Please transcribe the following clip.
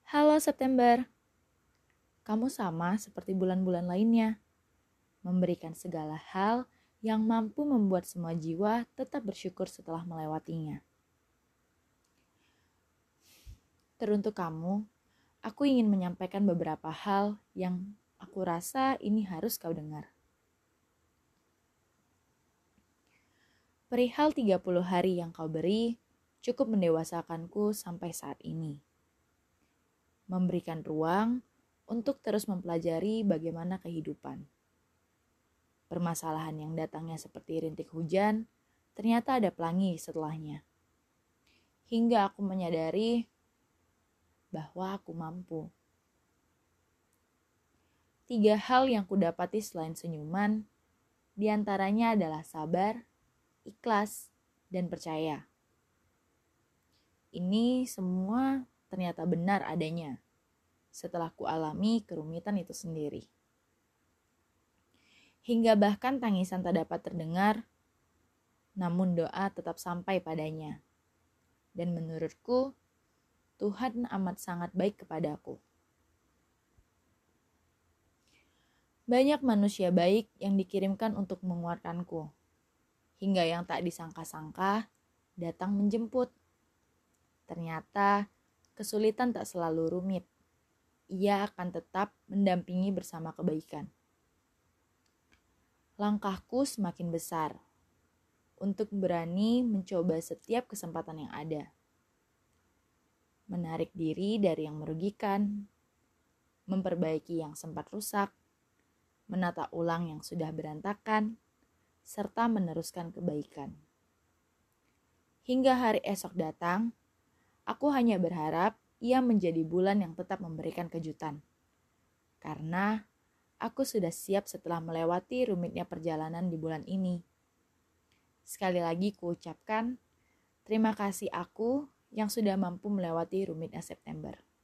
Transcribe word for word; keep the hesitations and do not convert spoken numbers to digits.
Halo September, kamu sama seperti bulan-bulan lainnya, memberikan segala hal yang mampu membuat semua jiwa tetap bersyukur setelah melewatinya. Teruntuk kamu, aku ingin menyampaikan beberapa hal yang aku rasa ini harus kau dengar. Perihal tiga puluh hari yang kau beri, cukup mendewasakanku sampai saat ini. Memberikan ruang untuk terus mempelajari bagaimana kehidupan. Permasalahan yang datangnya seperti rintik hujan, ternyata ada pelangi setelahnya. Hingga aku menyadari bahwa aku mampu. Tiga hal yang kudapati selain senyuman, diantaranya adalah sabar, ikhlas, dan percaya. Ini semua ternyata benar adanya setelah kualami kerumitan itu sendiri. Hingga bahkan tangisan tak dapat terdengar, namun doa tetap sampai padanya. Dan menurutku, Tuhan amat sangat baik kepadaku. Banyak manusia baik yang dikirimkan untuk menguatkanku. Hingga yang tak disangka-sangka datang menjemput. Ternyata kesulitan tak selalu rumit. Ia akan tetap mendampingi bersama kebaikan. Langkahku semakin besar untuk berani mencoba setiap kesempatan yang ada. Menarik diri dari yang merugikan, memperbaiki yang sempat rusak, menata ulang yang sudah berantakan, serta meneruskan kebaikan. Hingga hari esok datang, aku hanya berharap ia menjadi bulan yang tetap memberikan kejutan. Karena aku sudah siap setelah melewati rumitnya perjalanan di bulan ini. Sekali lagi kuucapkan, terima kasih aku yang sudah mampu melewati rumitnya September.